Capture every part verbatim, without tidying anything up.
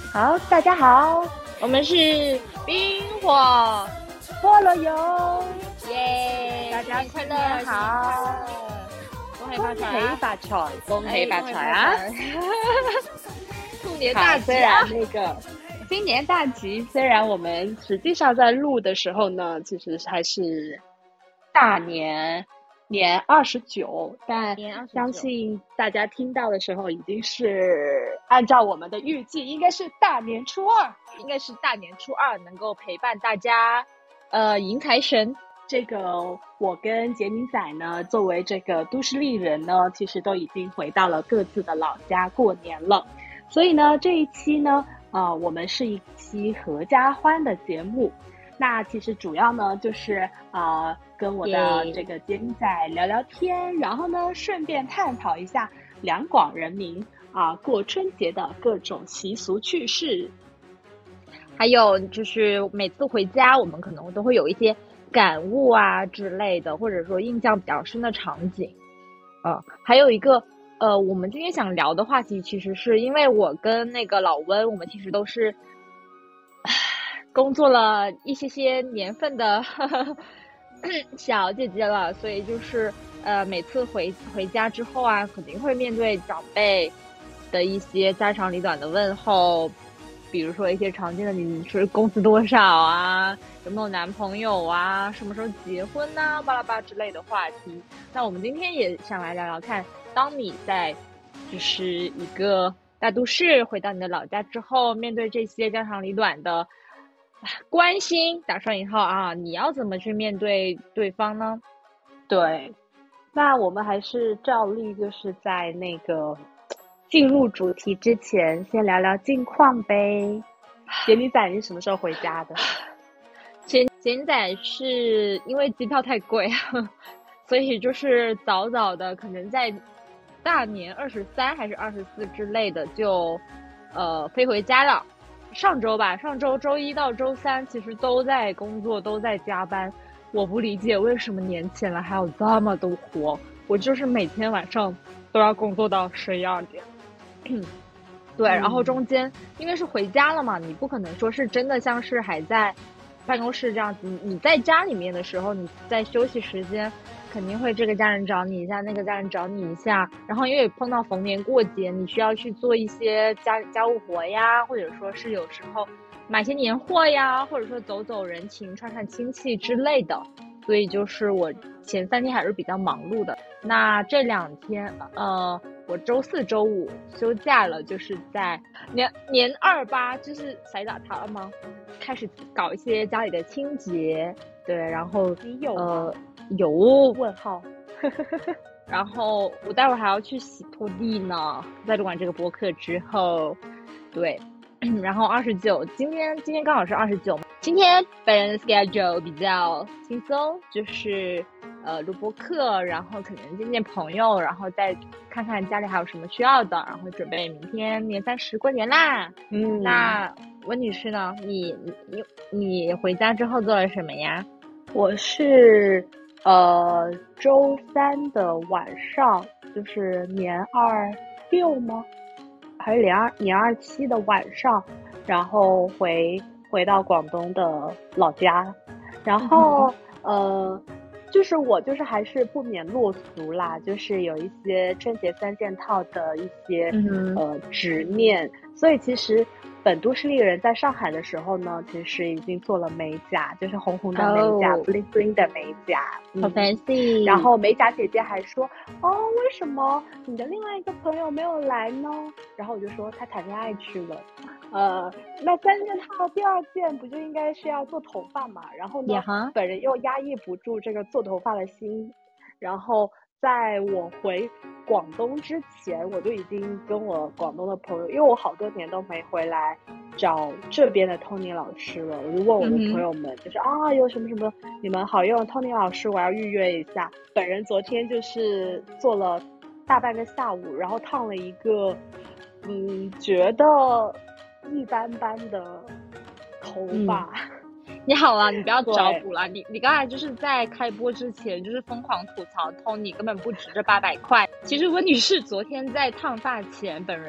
好，大家好， 我们是冰火菠萝油， 耶！ 大家快乐， 新年好， 恭喜发财， 恭喜发财， 恭喜发财啊！兔年大吉虽然那个新年大吉，虽然我们实际上在录的时候呢，其实还是大年年二十九，但相信大家听到的时候已经是按照我们的预计，应该是大年初二， 应该是大年初二能够陪伴大家，呃，迎财神。 这个我跟杰明仔呢，作为这个都市丽人呢，其实都已经回到了各自的老家过年了。所以呢，这一期呢，呃，我们是一期合家欢的节目。那其实主要呢，就是呃，跟我的这个杰明仔聊聊天，然后呢，顺便探讨一下两广人民啊、呃、过春节的各种习俗趣事。 还有就是每次回家，我们可能都会有一些感悟啊之类的，或者说印象比较深的场景。呃，还有一个呃，我们今天想聊的话题，其实是因为我跟那个老温，我们其实都是工作了一些些年份的呵呵小姐姐了，所以就是呃，每次回回家之后啊，肯定会面对长辈的一些家长里短的问候。比如说一些常见的，你是工资多少啊，有没有男朋友啊，什么时候结婚啊，巴拉巴之类的话题。那我们今天也想来聊聊看，当你在就是一个大都市回到你的老家之后，面对这些家长里短的关心打上引号啊，你要怎么去面对对方呢？ 对，那我们还是照例就是在那个进入主题之前，先聊聊近况呗。杰尼仔，你什么时候回家的？ 现现在是因为机票太贵，所以就是早早的，可能在大年二十三还是二十四之类的就呃飞回家了。上周吧，上周周一到周三其实都在工作，都在加班。我不理解为什么年前了还有这么多活，我就是每天晚上都要工作到十一二点。对，然后中间、嗯、因为是回家了嘛，你不可能说是真的像是还在办公室这样子，你在家里面的时候，你在休息时间肯定会这个家人找你一下，那个家人找你一下，然后因为碰到逢年过节，你需要去做一些家家务活呀，或者说是有时候买些年货呀，或者说走走人情串串亲戚之类的，所以就是我前三天还是比较忙碌的。那这两天呃我周四周五休假了，就是在年年二八就是洗澡堂了吗，开始搞一些家里的清洁。对，然后你有呃有问号然后我待会儿还要去洗拖地呢，在录完这个播客之后。对，然后二十九，今天今天刚好是二十九，今天本人的 schedule 比较轻松，就是呃录播课，然后可能见见朋友，然后再看看家里还有什么需要的，然后准备明天年三十过年啦。 嗯， 那温女士呢？你你你回家之后做了什么呀？ 我是呃周三的晚上，就是年二六吗？还是年二年二七的晚上，然后回回到广东的老家，然后、嗯、呃，就是我就是还是不免落俗啦，就是有一些春节三件套的一些、嗯、呃执念，所以其实本都市丽人在上海的时候呢，其实已经做了美甲，就是红红的美甲、oh. bling bling 的美甲， 好 fancy。 然后美甲姐姐还说，哦，为什么你的另外一个朋友没有来呢？然后我就说他谈恋爱去了。呃，那三件套第二件不就应该是要做头发嘛？然后呢， yeah. 本人又压抑不住这个做头发的心，然后在我回广东之前，我就已经跟我广东的朋友，因为我好多年都没回来找这边的 Tony 老师了，我就问我的朋友们，嗯、就是啊有什么什么你们好用 Tony 老师，我要预约一下。本人昨天就是做了大半个下午，然后烫了一个嗯觉得一般般的头发。 嗯你好了，你不要找补了。你你刚才就是在开播之前就是疯狂吐槽 Tony 根本不值这八百块。其实温女士昨天在烫发前，本人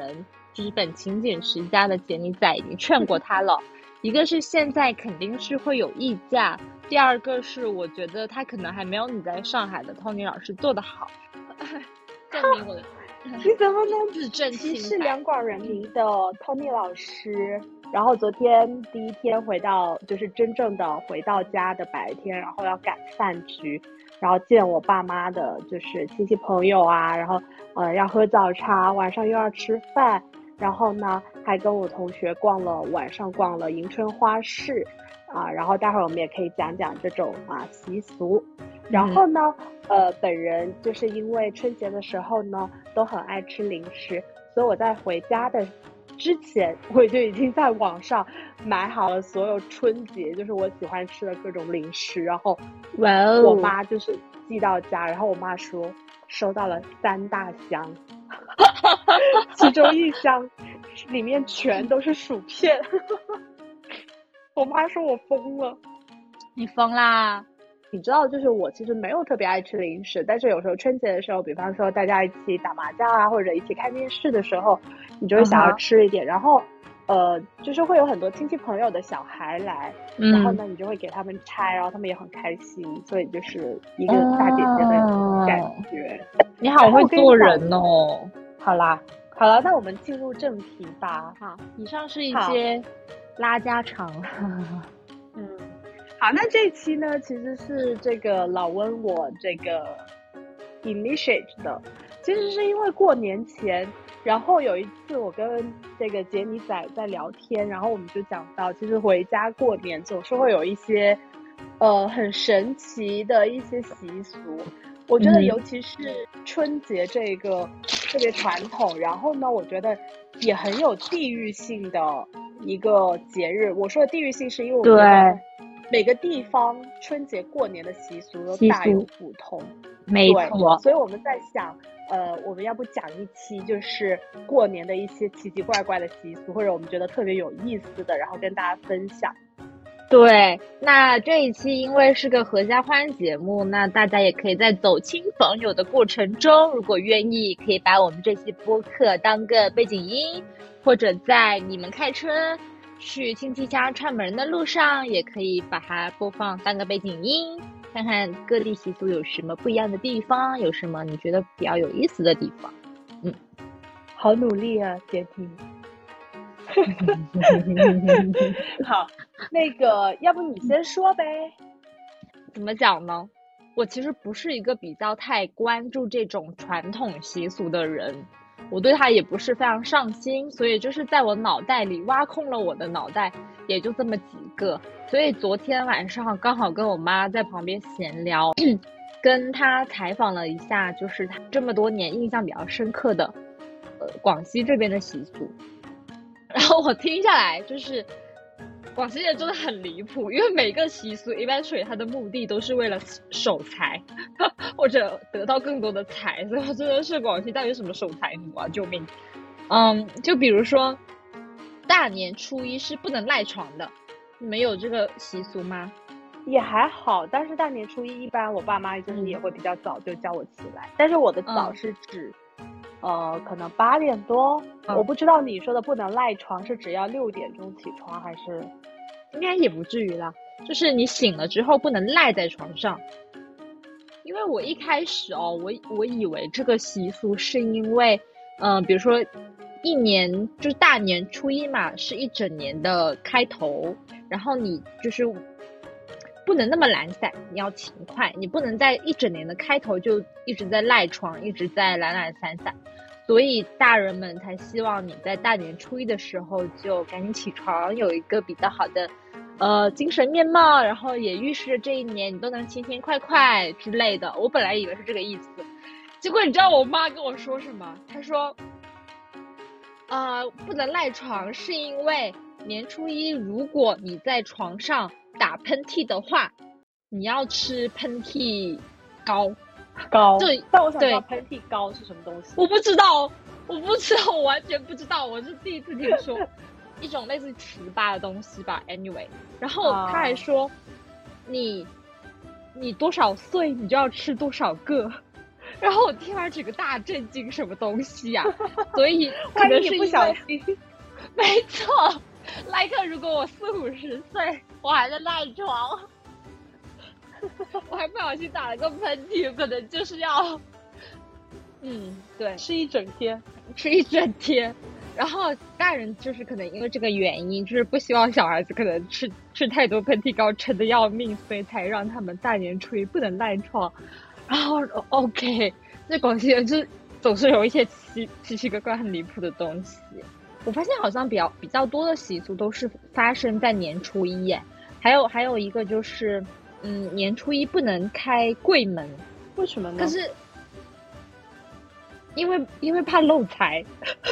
就是本勤俭持家的杰尼仔已经劝过他了。一个是现在肯定是会有溢价，第二个是我觉得他可能还没有你在上海的 Tony 老师做得好。证明我的你怎么能自证歧清白？ 视两广人民的 Tony 老师？然后昨天第一天回到，就是真正的回到家的白天，然后要赶饭局，然后见我爸妈的，就是亲戚朋友啊，然后呃要喝早茶，晚上又要吃饭，然后呢还跟我同学逛了，晚上逛了迎春花市，啊，然后待会儿我们也可以讲讲这种啊习俗。然后呢，呃，本人就是因为春节的时候呢，都很爱吃零食，所以我在回家的之前，我就已经在网上买好了所有春节就是我喜欢吃的各种零食，然后， 哇哦， 我妈就是寄到家，然后我妈说收到了三大箱，其中一箱里面全都是薯片，我妈说我疯了， 你疯啦！ 你知道，就是我其实没有特别爱吃零食，但是有时候春节的时候，比方说大家一起打麻将啊，或者一起看电视的时候，你就会想要吃一点。Uh-huh. 然后，呃，就是会有很多亲戚朋友的小孩来，嗯、然后呢，你就会给他们拆，然后他们也很开心，所以就是一个大姐姐的感觉。 Uh, 你好会做人哦！ 好啦，好了，那我们进入正题吧。 好，以上是一些拉家常。 嗯。好，那这一期呢，其实是这个老温我这个 initiate 的，其实是因为过年前，然后有一次我跟这个杰尼仔在聊天，然后我们就讲到，其实回家过年总是会有一些呃很神奇的一些习俗，我觉得尤其是春节这个特别传统，然后呢，我觉得也很有地域性的一个节日。我说的地域性是因为我觉得每个地方春节过年的习俗都大有不同， 没错。 所以我们在想，呃，我们要不讲一期就是过年的一些奇奇怪怪的习俗，或者我们觉得特别有意思的，然后跟大家分享。 对，那这一期因为是个合家欢节目，那大家也可以在走亲访友的过程中，如果愿意，可以把我们这期播客当个背景音，或者在你们开车去亲戚家串门的路上，也可以把它播放当个背景音，看看各地习俗有什么不一样的地方，有什么你觉得比较有意思的地方。嗯， 好努力啊，姐弟。好，那个要不你先说呗？ 怎么讲呢？我其实不是一个比较太关注这种传统习俗的人，我对它也不是非常上心，所以就是在我脑袋里挖空了我的脑袋，也就这么几个。所以昨天晚上刚好跟我妈在旁边闲聊，跟她采访了一下，就是她这么多年印象比较深刻的，呃，广西这边的习俗。然后我听下来，就是广西人真的很离谱，因为每个习俗一般水它的目的都是为了守财或者得到更多的财，所以我真的是广西到底什么守财奴啊，救命！嗯，就比如说大年初一是不能赖床的，你们有这个习俗吗？ 也还好，但是大年初一一般我爸妈就是也会比较早就叫我起来，嗯、但是我的早是指。嗯呃，可能八点多、嗯，我不知道你说的不能赖床是只要六点钟起床，还是应该也不至于啦，就是你醒了之后不能赖在床上。因为我一开始哦，我我以为这个习俗是因为，嗯、呃，比如说一年就是大年初一嘛，是一整年的开头，然后你就是不能那么懒散，你要勤快，你不能在一整年的开头就一直在赖床，一直在懒懒散散，所以大人们才希望你在大年初一的时候就赶紧起床，有一个比较好的呃精神面貌，然后也预示着这一年你都能勤勤快快之类的。我本来以为是这个意思，结果你知道我妈跟我说什么？她说啊、呃，不能赖床是因为年初一如果你在床上打喷嚏的话，你要吃喷嚏膏。 膏，对，但我想知道喷嚏膏是什么东西。 我不知道，我不知道，我完全不知道，我是第一次听说一种类似糍粑的东西吧。Anyway， 然后他还说，啊、你你多少岁你就要吃多少个， 然后我听完整个大震惊，什么东西呀、所以可万能是因一你不小为， 心， 没错，莱克，如果我四五十岁，我还在赖床，我还不小心打了个喷嚏，有可能就是要，嗯，对， 吃一整天。 吃一整天。然后大人就是可能因为这个原因，就是不希望小孩子可能吃吃太多喷嚏膏，撑得要命，所以才让他们大年初一不能赖床。然后 OK，这广西人就总是有一些奇奇奇怪怪、很离谱的东西。我发现好像比较比较多的习俗都是发生在年初一耶，还有还有一个就是，嗯，年初一不能开柜门， 为什么呢？ 可是因为因为怕漏财。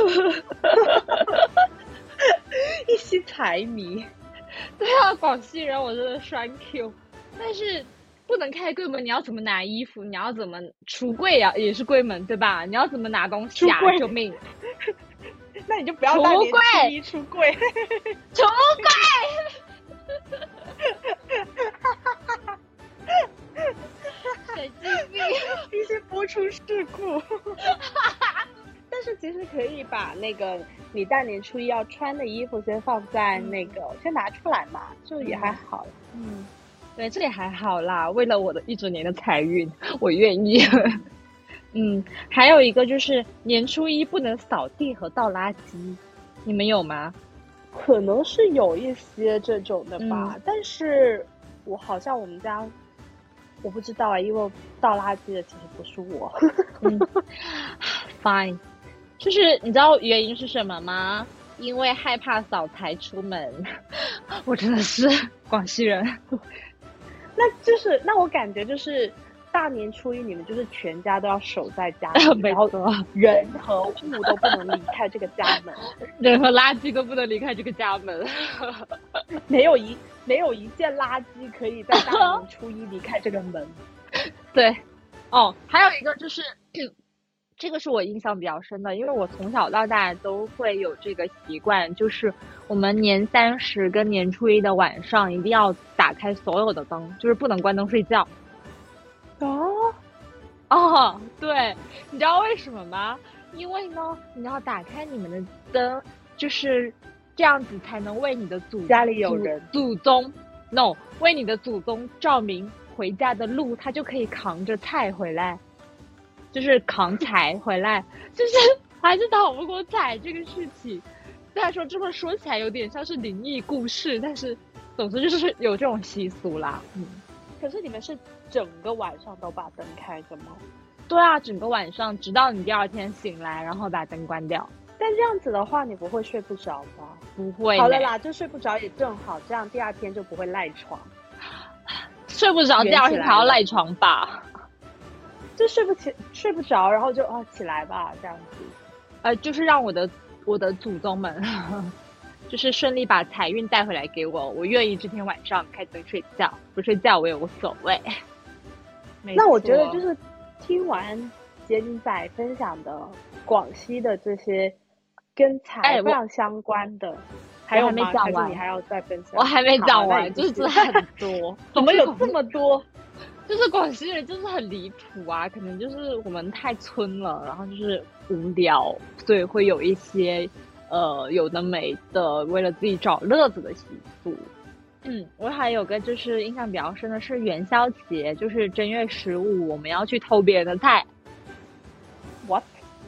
一些财迷。 对啊，广西人我真的栓 Q，但是不能开柜门，你要怎么拿衣服？你要怎么橱柜呀、也是柜门对吧？你要怎么拿东西啊？ 出柜， 救命！ 那你就不要橱大年初柜， 一出柜。 橱柜，神经病！ 一些播出事故。但是其实可以把那个你大年初一要穿的衣服先放在那个，先拿出来嘛，就也还好。 嗯，对，这里还好啦。为了我的一整年的财运，我愿意。嗯，还有一个就是年初一不能扫地和倒垃圾，你们有吗？ 可能是有一些这种的吧， 嗯但是我好像我们家我不知道啊，因为倒垃圾的其实不是我。 嗯，fine，就是你知道原因是什么吗？因为害怕扫财出门。我真的是广西人。 那就是那我感觉就是大年初一你们就是全家都要守在家里， 没然后错， 人和物都不能离开这个家门， 人和垃圾都不能离开这个家门。 没有一没有一件垃圾可以在大年初一离开这个门。 对，哦，还有一个就是，这个是我印象比较深的，因为我从小到大都会有这个习惯，就是我们年三十跟年初一的晚上一定要打开所有的灯，就是不能关灯睡觉。 哦， 哦，对，你知道为什么吗？因为呢，你要打开你们的灯，就是这样子才能为你的祖家里有祖人祖宗，no，为你的祖宗照明回家的路，他就可以扛着菜回来，就是扛财回来，就是还是逃不过财这个事情。虽然说这么说起来有点像是灵异故事，但是总之就是有这种习俗啦。嗯， 可是你们是整个晚上都把灯开着吗？ 对啊，整个晚上直到你第二天醒来，然后把灯关掉。 但这样子的话，你不会睡不着吗？ 不会， 好了啦，就睡不着也正好，这样第二天就不会赖床。 睡不着，第二天还要赖床吧？ 就睡不起，睡不着，然后就哦起来吧，这样子。 呃，就是让我的我的祖宗们，就是顺利把财运带回来给我，我愿意这天晚上开灯睡觉，不睡觉我也无所谓。 那我觉得就是听完杰尼仔分享的广西的这些跟财非常相关的，还有还没讲完， 你还要再分享？ 我还没讲完，就是很多， 怎么有这么多？ 就是广西人就是很离谱啊，可能就是我们太村了，然后就是无聊，所以会有一些呃有的没的，为了自己找乐子的习俗。嗯，我还有个就是印象比较深的是元宵节，就是正月十五我们要去偷别人的菜。 What？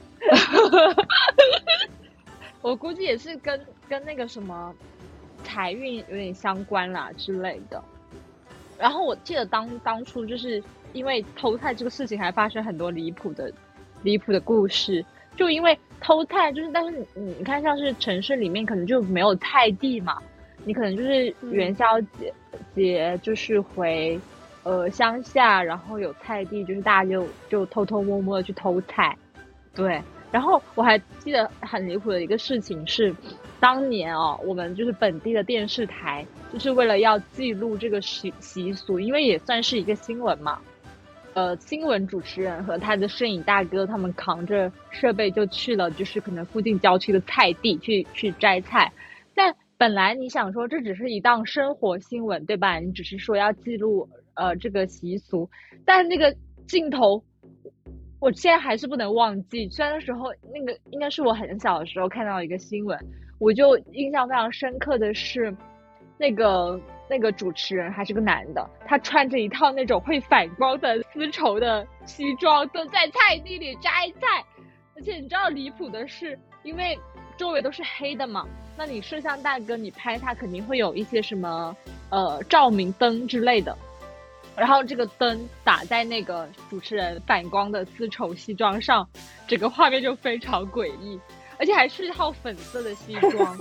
我估计也是跟跟那个什么财运有点相关啦之类的。然后我记得当当初就是因为偷菜这个事情，还发生很多离谱的离谱的故事。就因为偷菜，就是但是你你看，像是城市里面可能就没有菜地嘛，你可能就是元宵节、嗯、节就是回呃乡下，然后有菜地，就是大家就就偷偷摸摸的去偷菜。对，然后我还记得很离谱的一个事情是，当年哦，我们就是本地的电视台，就是为了要记录这个习习俗，因为也算是一个新闻嘛。呃，新闻主持人和他的摄影大哥，他们扛着设备就去了，就是可能附近郊区的菜地去去摘菜。但本来你想说这只是一档生活新闻，对吧？你只是说要记录呃这个习俗，但那个镜头我现在还是不能忘记，虽然那时候那个应该是我很小的时候看到一个新闻，我就印象非常深刻的是，那个那个主持人还是个男的，他穿着一套那种会反光的丝绸的西装，蹲在菜地里摘菜。而且你知道离谱的是，因为周围都是黑的嘛，那你摄像大哥你拍他肯定会有一些什么呃照明灯之类的。然后这个灯打在那个主持人反光的丝绸西装上，整个画面就非常诡异，而且还是一套粉色的西装，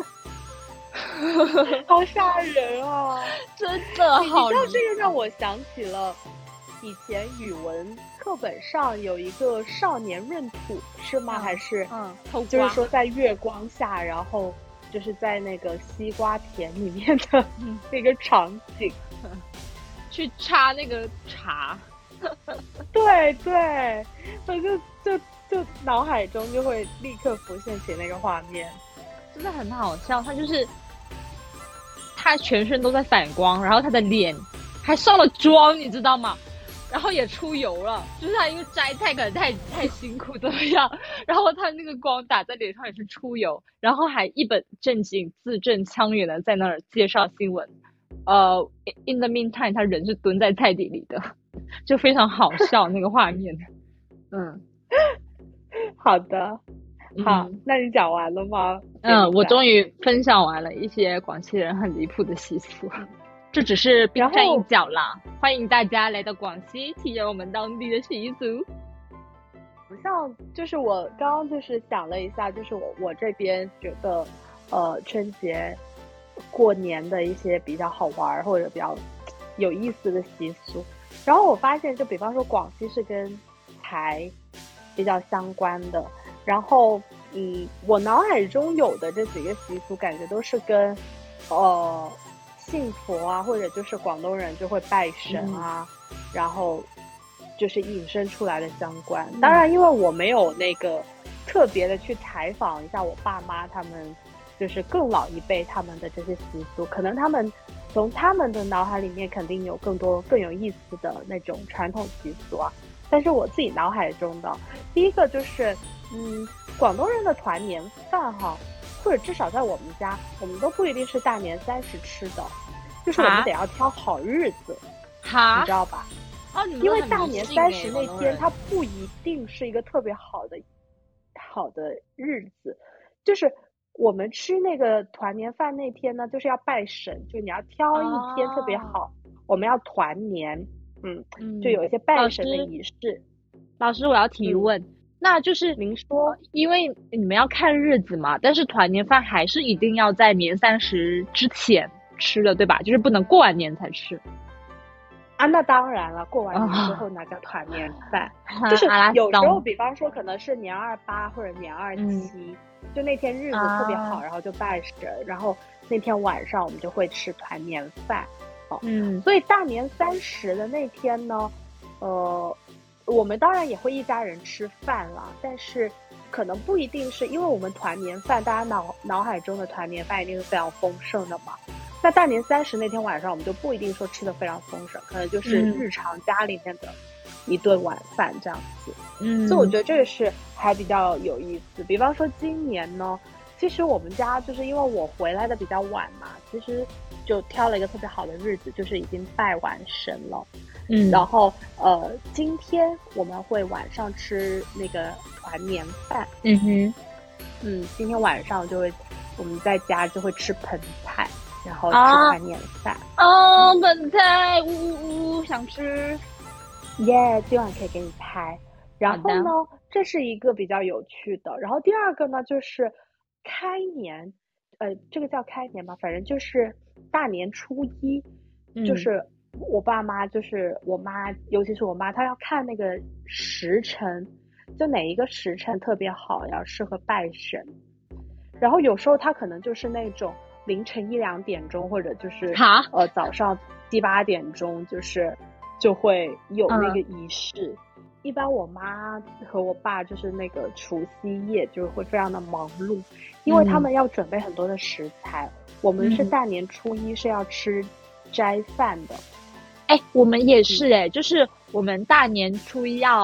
好吓人啊！ 真的好。 你知道这个让我想起了以前语文课本上有一个少年闰土是吗？ 嗯、 还是嗯，偷瓜， 就是说在月光下，然后就是在那个西瓜田里面的那个场景。 嗯去插那个茶， 对对，我就就就脑海中就会立刻浮现起那个画面， 真的很好笑。他就是他全身都在反光，然后他的脸还上了妆，你知道吗？然后也出油了，就是他因为摘菜可能太太辛苦怎么样，然后他那个光打在脸上也是出油，然后还一本正经字正腔圆的在那儿介绍新闻。呃 ，in the meantime， 他人是蹲在菜地里的，就非常好笑那个画面。嗯， 好的，好， 嗯、 那你讲完了吗？ 嗯，我终于分享完了一些广西人很离谱的习俗，这只是冰山一角啦。欢迎大家来到广西体验我们当地的习俗。 像就是我刚刚就是想了一下，就是我我这边觉得，呃，春节过年的一些比较好玩或者比较有意思的习俗，然后我发现，就比方说广西是跟财比较相关的，然后嗯，我脑海中有的这几个习俗，感觉都是跟呃信佛啊，或者就是广东人就会拜神啊，嗯、然后就是引申出来的相关。嗯、当然，因为我没有那个特别的去采访一下我爸妈他们。就是更老一辈他们的这些习俗，可能他们从他们的脑海里面肯定有更多更有意思的那种传统习俗啊。但是我自己脑海中的第一个就是，嗯，广东人的团年饭哈，或者至少在我们家，我们都不一定是大年三十吃的，就是我们得要挑好日子，你知道吧？ 哦，你们因为大年三十那天它不一定是一个特别好的好的日子，就是。我们吃那个团年饭那天呢，就是要拜神，就你要挑一天特别好，哦、我们要团年，嗯，嗯就有一些拜神的仪式。 老师，我要提问，嗯、那就是您说， 因为你们要看日子嘛，但是团年饭还是一定要在年三十之前吃的，对吧？就是不能过完年才吃。 啊，那当然了，过完年之后那叫团年饭，哦、就是有时候，比方说可能是年二八或者年二七。嗯就那天日子特别好，啊、然后就拜神，然后那天晚上我们就会吃团年饭，哦，嗯，所以大年三十的那天呢，呃，我们当然也会一家人吃饭啦，但是可能不一定是因为我们团年饭，大家脑脑海中的团年饭一定是非常丰盛的嘛。那大年三十那天晚上，我们就不一定说吃的非常丰盛，可能就是日常家里面的一顿晚饭这样子。嗯，所以我觉得这个是还比较有意思。比方说今年呢，其实我们家就是因为我回来的比较晚嘛，其实就挑了一个特别好的日子，就是已经拜完神了。嗯，然后呃，今天我们会晚上吃那个团年饭。嗯哼，嗯，今天晚上就会我们在家就会吃盆菜，然后吃团年饭。 哦，嗯、盆菜，呜呜呜，想吃。 耶、yeah, 今晚可以给你拍。然后呢，这是一个比较有趣的。然后第二个呢，就是开年，呃，这个叫开年吧，反正就是大年初一，嗯、就是我爸妈，就是我妈，尤其是我妈，她要看那个时辰，就哪一个时辰特别好，要适合拜神。然后有时候她可能就是那种凌晨一两点钟，或者就是呃早上七八点钟，就是就会有那个仪式。嗯一般我妈和我爸就是那个除夕夜就会非常的忙碌，因为他们要准备很多的食材。嗯、我们是大年初一是要吃斋饭的。 哎、嗯，我们也是哎、欸，就是我们大年初一要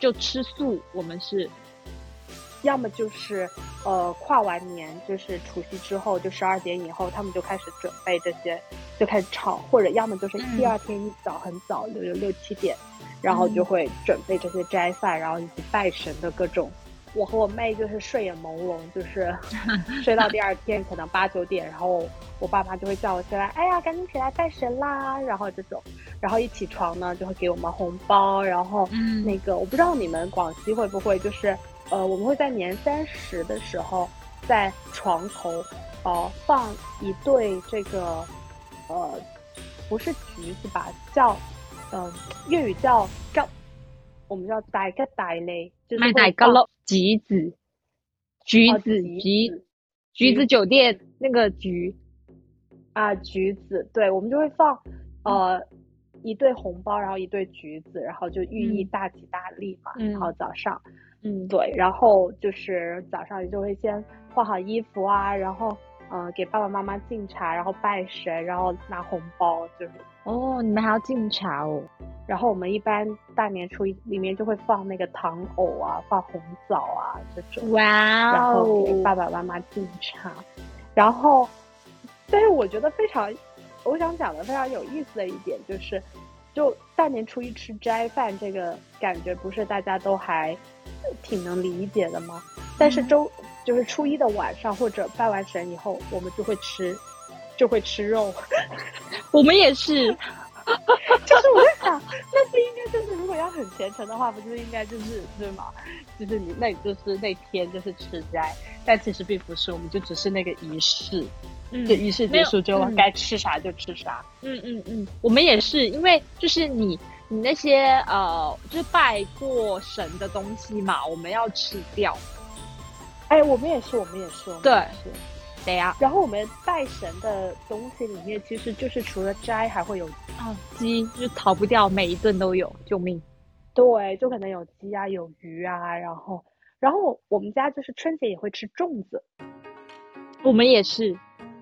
就吃素，我们是要么就是呃跨完年，就是除夕之后，就十二点以后，他们就开始准备这些，就开始炒，或者要么就是第二天一早很早，有有六七点，然后就会准备这些斋饭，然后以及拜神的各种。我和我妹就是睡眼朦胧，就是睡到第二天可能八九点，然后我爸妈就会叫我起来，哎呀，赶紧起来拜神啦，然后这种，然后一起床呢就会给我们红包，然后那个、嗯、我不知道你们广西会不会就是。呃，我们会在年三十的时候，在床头，呃，放一对这个，呃，不是橘子吧，叫，呃，粤语叫叫，我们叫大个大嘞，就是会放橘子，橘子， 哦、 橘子，橘子酒店那个橘啊，橘子，对，我们就会放，呃，一对红包，然后一对橘子，然后就寓意大吉大利嘛， 嗯、 然后早上。 嗯， 对，然后就是早上就会先换好衣服啊，然后嗯、呃、给爸爸妈妈敬茶，然后拜神，然后拿红包，就是哦，你们还要敬茶哦。 然后我们一般大年初一里面就会放那个糖藕啊，放红枣啊这种， 哇哦， 然后给爸爸妈妈敬茶，然后，但是我觉得非常，我想讲的非常有意思的一点就是。就大年初一吃斋饭这个感觉不是大家都还挺能理解的吗？但是周就是初一的晚上或者拜完神以后，我们就会吃就会吃肉。 我们也是。 就是我在想，那不应该就是如果要很虔诚的话，不就是应该就是对吗？就是你那你就是那天就是吃斋，但其实并不是，我们就只是那个仪式。嗯，就仪式结束之后，该吃啥就吃啥。 嗯嗯嗯，我们也是，因为就是你你那些呃，就是拜过神的东西嘛，我们要吃掉。 哎，我们也是，我们也是，我们对， 是， 对呀。 然后我们拜神的东西里面，其实就是除了斋，还会有啊鸡，就逃不掉，每一顿都有，救命！ 对，就可能有鸡啊，有鱼啊，然后然后我们家就是春节也会吃粽子。 我们也是。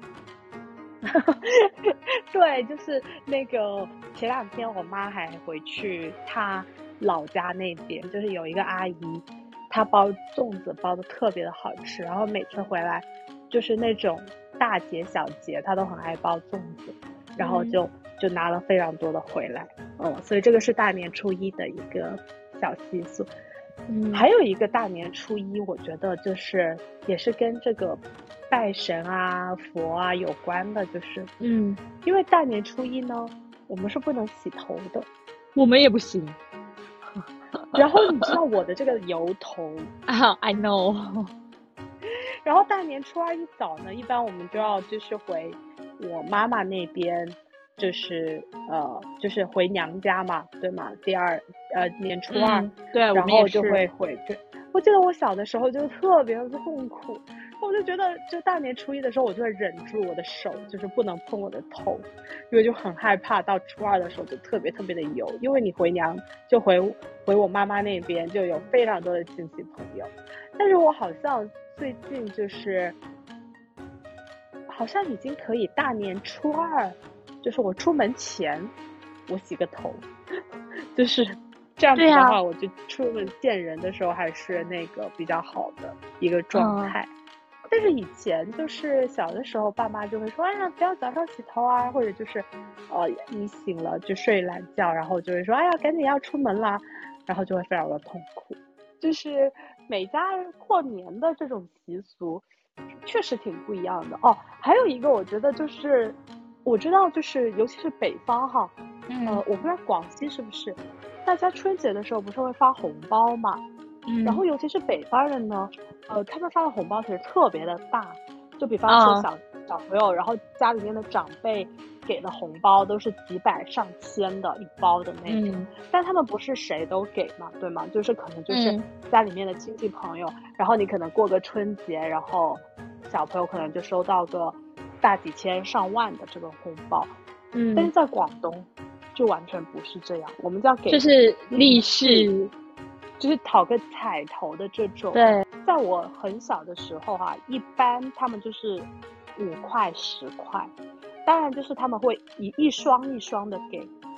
对，就是那个前两天我妈还回去她老家那边，就是有一个阿姨，她包粽子包的特别的好吃，然后每次回来就是那种大节小节她都很爱包粽子，然后就、嗯、就拿了非常多的回来。嗯，所以这个是大年初一的一个小习俗。嗯，还有一个大年初一我觉得就是也是跟这个拜神啊佛啊有关的，就是嗯， 因为大年初一呢我们是不能洗头的。 我们也不行。 然后你知道我的这个油头啊、I know。 然后大年初二一早呢，一般我们就要就是回我妈妈那边，就是呃就是回娘家嘛，对吗？第二呃年初二、 嗯、对， 然后就会回去。我记得我小的时候就特别的痛苦，我就觉得就大年初一的时候我就会忍住我的手，就是不能碰我的头，因为就很害怕到初二的时候就特别特别的油，因为你回娘就回回我妈妈那边就有非常多的亲戚朋友。但是我好像最近就是好像已经可以大年初二，就是我出门前我洗个头，就是这样子的话、啊、我就出门见人的时候还是那个比较好的一个状态、嗯、但是以前就是小的时候爸妈就会说，哎呀不要早上洗头啊，或者就是呃你醒了就睡懒觉，然后就会说哎呀赶紧要出门啦，然后就会非常的痛苦。就是每家过年的这种习俗确实挺不一样的哦。还有一个我觉得就是我知道就是尤其是北方哈、嗯、呃，我不知道广西是不是大家春节的时候不是会发红包嘛、嗯、然后尤其是北方人呢，呃，他们发的红包其实特别的大，就比方说小、哦、小朋友，然后家里面的长辈给的红包都是几百上千的一包的那种、嗯、但他们不是谁都给嘛，对吗？就是可能就是家里面的亲戚朋友、嗯、然后你可能过个春节，然后小朋友可能就收到个大几千上万的这个红包。嗯，但是在广东就完全不是这样，我们叫给就是利是， 就是讨个彩头的这种。 对， 在我很小的时候啊，一般他们就是五块十块，当然就是他们会一一双一双的给，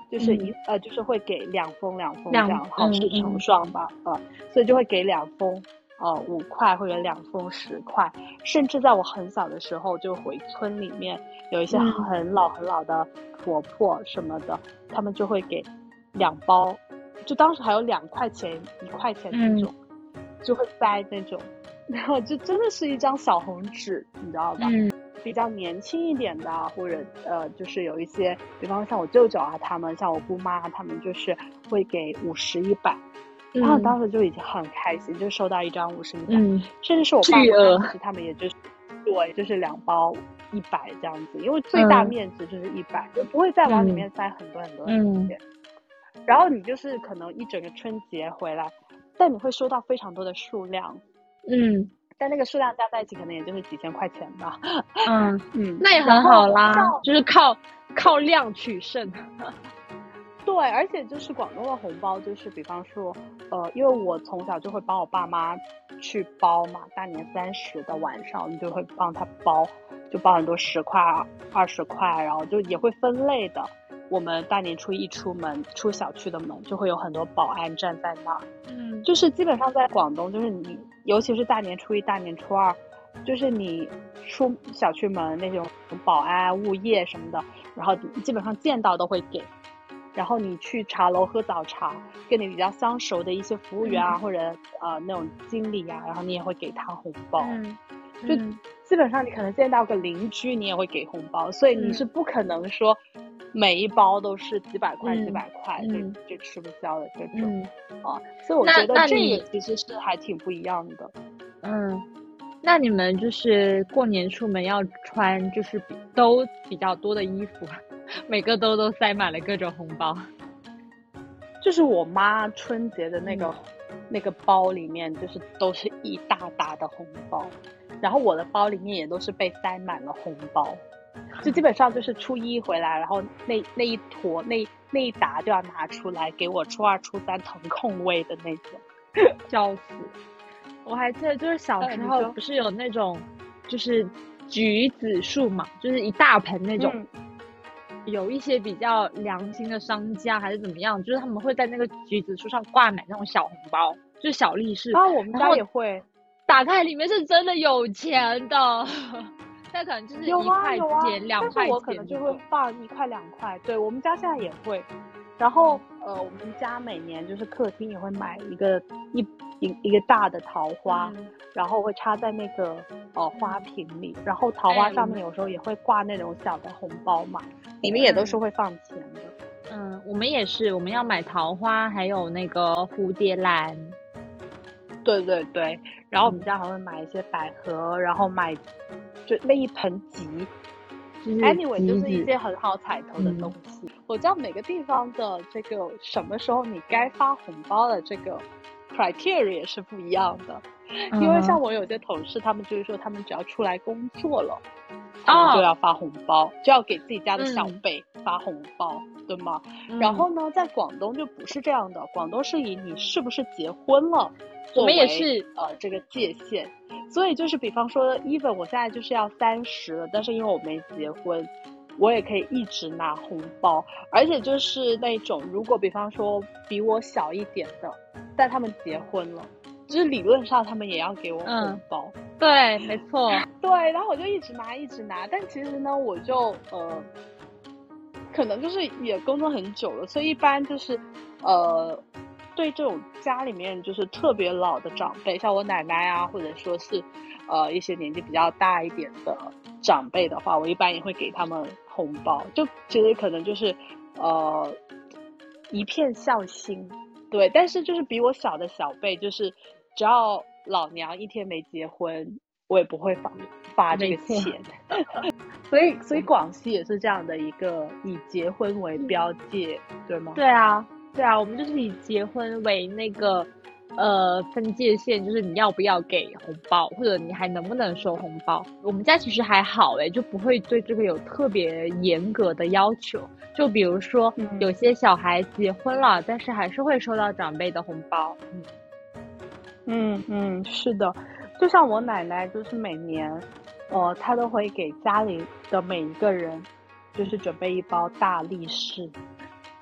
就是一、嗯、呃，就是会给两封两封这样，好事成双吧， 嗯呃，所以就会给两封，呃，五块或者两封十块，甚至在我很小的时候，就回村里面有一些很老很老的婆婆什么的，嗯、他们就会给两包，就当时还有两块钱、一块钱那种，嗯、就会塞那种，然后就真的是一张小红纸，你知道吧？嗯。比较年轻一点的，或者呃，就是有一些，比方像我舅舅啊，他们像我姑妈，他们就是会给五十一百，他们当时就已经很开心，就收到一张五十一百，甚至是我爸妈，其实他们也就是对，就是两包一百这样子，因为最大面值就是一百、嗯，就不会再往里面塞很多很多的钱、嗯。然后你就是可能一整个春节回来，但你会收到非常多的数量， 嗯。 但那个数量加在一起可能也就是几千块钱吧。 嗯嗯，那也很好啦，就是靠靠量取胜。 对，而且就是广东的红包，就是比方说，呃，因为我从小就会帮我爸妈去包嘛，大年三十的晚上，你就会帮他包，就包很多十块、二十块，然后就也会分类的。我们大年初一出门，出小区的门，就会有很多保安站在那儿。嗯，就是基本上在广东，就是你，尤其是大年初一、大年初二，就是你出小区门那种保安、物业什么的，然后基本上见到都会给。然后你去茶楼喝早茶，跟你比较相熟的一些服务员啊，嗯、或者呃那种经理啊，然后你也会给他红包。嗯，就基本上你可能见到个邻居，你也会给红包，所以你是不可能说每一包都是几百块、嗯、几百块，嗯、就就吃不消的这种、嗯、啊。所以我觉得这个其实是还挺不一样的。 嗯，那你们就是过年出门要穿就是比都比较多的衣服。每个兜都塞满了各种红包， 就是我妈春节的那个、嗯、那个包里面，就是都是一大沓的红包，然后我的包里面也都是被塞满了红包，就基本上就是初一回来，然后那那一坨那那一沓就要拿出来给我初二初三腾空位的那种， 笑死！我还记得就是小时候不是有那种就是橘子树嘛，就是一大盆那种。嗯，有一些比较良心的商家还是怎么样，就是他们会在那个橘子树上挂满那种小红包，就是小利是啊，我们家也会， 打开里面是真的有钱的，但可能就是一块钱、两、啊啊、块钱，但是我可能就会放一块两块。对，我们家现在也会。然后呃，我们家每年就是客厅也会买一个一一一个大的桃花，嗯、然后会插在那个呃花瓶里，然后桃花上面有时候也会挂那种小的红包嘛，里面也都是会放钱的。 嗯，我们也是，我们要买桃花，还有那个蝴蝶兰。 对对对，然后我们家还会买一些百合，然后买就那一盆桔。anyway 就是一些很好彩头的东西、嗯、我知道每个地方的这个什么时候你该发红包的这个 criteria 也是不一样的、嗯、因为像我有些同事他们就是说他们只要出来工作了他们就要发红包、哦、就要给自己家的小辈发红包、嗯、对吗、嗯、然后呢在广东就不是这样的，广东是以你是不是结婚了我们也是呃这个界限，所以就是比方说 even 我现在就是要三十了，但是因为我没结婚，我也可以一直拿红包，而且就是那种如果比方说比我小一点的，但他们结婚了，就是理论上他们也要给我红包、 嗯、对没错对，然后我就一直拿一直拿，但其实呢我就呃可能就是也工作很久了，所以一般就是呃对这种家里面就是特别老的长辈，像我奶奶啊，或者说是呃一些年纪比较大一点的长辈的话，我一般也会给他们红包，就其实可能就是呃一片孝心，对。但是就是比我小的小辈，就是只要老娘一天没结婚，我也不会发发这个钱。所以所以广西也是这样的一个以结婚为标界，对吗？ 对啊。对啊，我们就是以结婚为那个呃分界线，就是你要不要给红包，或者你还能不能收红包。我们家其实还好诶，就不会对这个有特别严格的要求。就比如说、嗯、有些小孩结婚了，但是还是会收到长辈的红包。 嗯嗯嗯，是的，就像我奶奶，就是每年呃她都会给家里的每一个人就是准备一包大利是。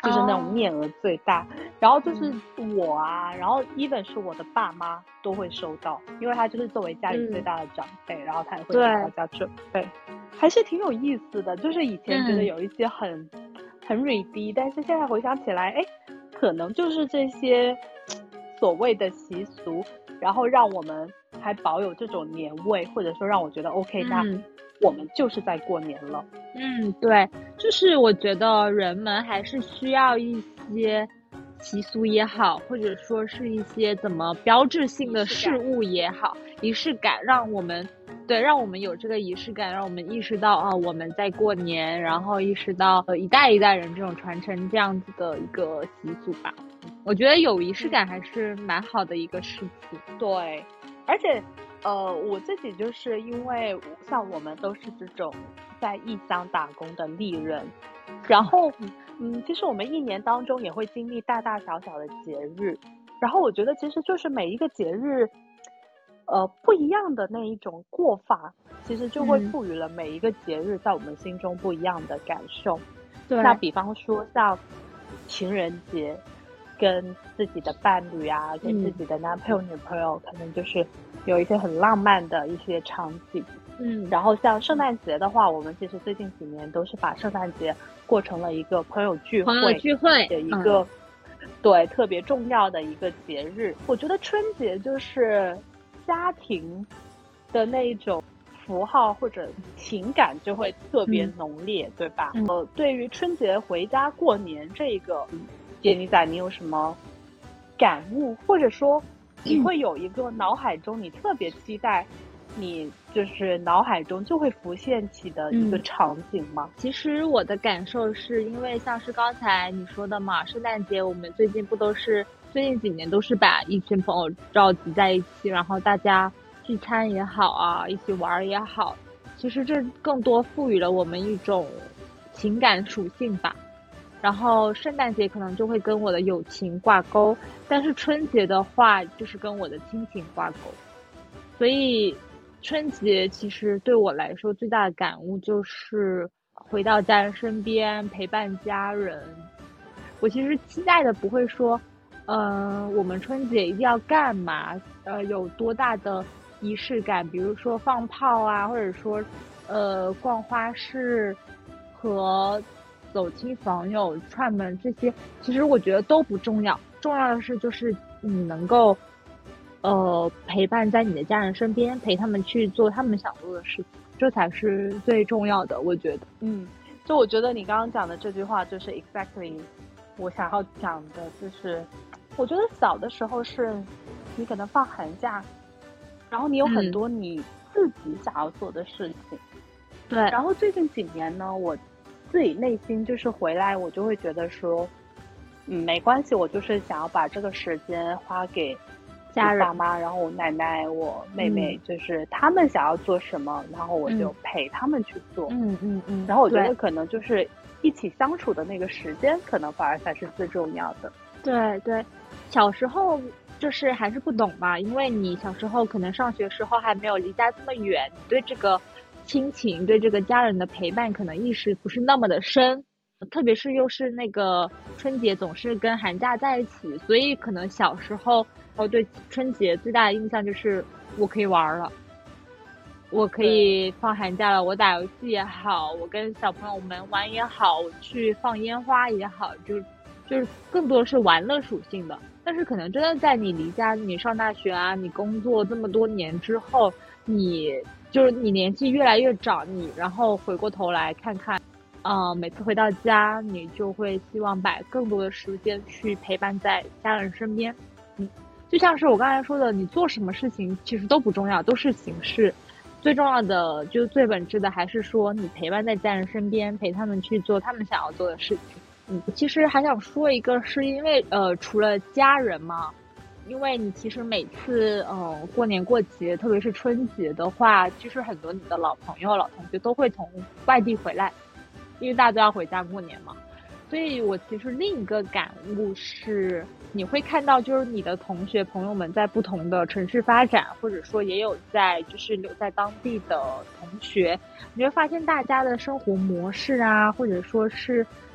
就是那种哦， 面额最大。然后就是嗯我啊，然后 even 是我的爸妈都会收到，因为他就是作为家里最嗯， 大的长辈，然后他也会给大对， 家准备，还是挺有意思的。就是以前觉得嗯有一些很很蕊逼，但是现在回想起来，哎，可能就是这些所谓的习俗，然后让我们还保有这种年味，或者说让我觉得 OK，那嗯。 我们就是在过年了。 嗯，对，就是我觉得人们还是需要一些习俗也好，或者说是一些怎么标志性的仪式感。 事物也好，仪式感让我们对，让我们有这个仪式感，让我们意识到啊，我们在过年，然后意识到呃一代一代人这种传承这样子的一个习俗吧。我觉得有仪式嗯， 感还是蛮好的一个事情。 对，而且，呃，我自己就是因为像我们都是这种在异乡打工的丽人，然后，嗯，其实我们一年当中也会经历大大小小的节日，然后我觉得其实就是每一个节日，呃，不一样的那一种过法，其实就会嗯， 赋予了每一个节日在我们心中不一样的感受。那对， 比方说像情人节，跟自己的伴侣啊，跟自嗯己的男朋友、女朋友，可能就是有一些很浪漫的一些场景。 嗯， 然后像圣诞节的话，我们其实最近几年都是把圣诞节过成了一个朋友聚朋友会聚会，嗯的一个，对，特别重要的一个节日。我觉得春节就是家庭的那一种符号或者情感就会特别嗯浓烈，对吧？ 嗯呃，对于春节回家过年这个，杰尼仔，你有什么感悟，或者说你会有一个脑海中你特别期待，你就是脑海中就会浮现起的一个嗯。 场景吗？ 其实我的感受是因为像是刚才你说的嘛，圣诞节我们最近不都是最近几年都是把一群朋友召集在一起，然后大家聚餐也好啊，一起玩儿也好，其实这更多赋予了我们一种情感属性吧。然后圣诞节可能就会跟我的友情挂钩，但是春节的话就是跟我的亲情挂钩。所以春节其实对我来说最大的感悟就是回到家人身边，陪伴家人。我其实期待的不会说，呃，我们春节一定要干嘛，呃，有多大的仪式感，比如说放炮啊，或者说，呃，逛花市和走亲访友、串门这些，其实我觉得都不重要。重要的是就是你能够呃，陪伴在你的家人身边，陪他们去做他们想做的事情，这才是最重要的，我觉得。 嗯，就我觉得你刚刚讲的这句话就是 exactly 我想要讲的，就是我觉得小的时候是你可能放寒假，然后你有很嗯， 多你自己想要做的事情， 对， 然后最近几年呢，我自己内心就是回来，我就会觉得说，嗯，没关系，我就是想要把这个时间花给我家人， 爸妈，然后我奶奶、我妹妹， 嗯就是他们想要做什么，然后我嗯就陪他们去做。 嗯嗯嗯， 然后我觉对得可能就是一起相处的那个时间，可能反而才是最重要的。 对对，小时候就是还是不懂嘛，因为你小时候可能上学时候还没有离家这么远，你对这个亲情、对这个家人的陪伴可能意识不是那么的深，特别是又是那个春节总是跟寒假在一起，所以可能小时候哦对春节最大的印象就是我可以玩了。我可以放寒假了，我打游戏也好，我跟小朋友们玩也好，我去放烟花也好，就就是更多是玩乐属性的。但是可能真的在你离家，你上大学啊，你工作这么多年之后，你就是你年纪越来越长，你然后回过头来看看，呃，每次回到家，你就会希望把更多的时间去陪伴在家人身边。嗯，就像是我刚才说的，你做什么事情其实都不重要，都是形式。最重要的，就最本质的，还是说你陪伴在家人身边，陪他们去做他们想要做的事情。嗯，其实还想说一个，是因为呃，除了家人嘛，因为你其实每次呃过年过节，特别是春节的话，其实很多你的老朋友、老同学都会从外地回来，因为大家都要回家过年嘛。所以我其实另一个感悟是，你会看到就是你的同学朋友们在不同的城市发展，或者说也有在就是留在当地的同学，你会发现大家的生活模式啊，或者说是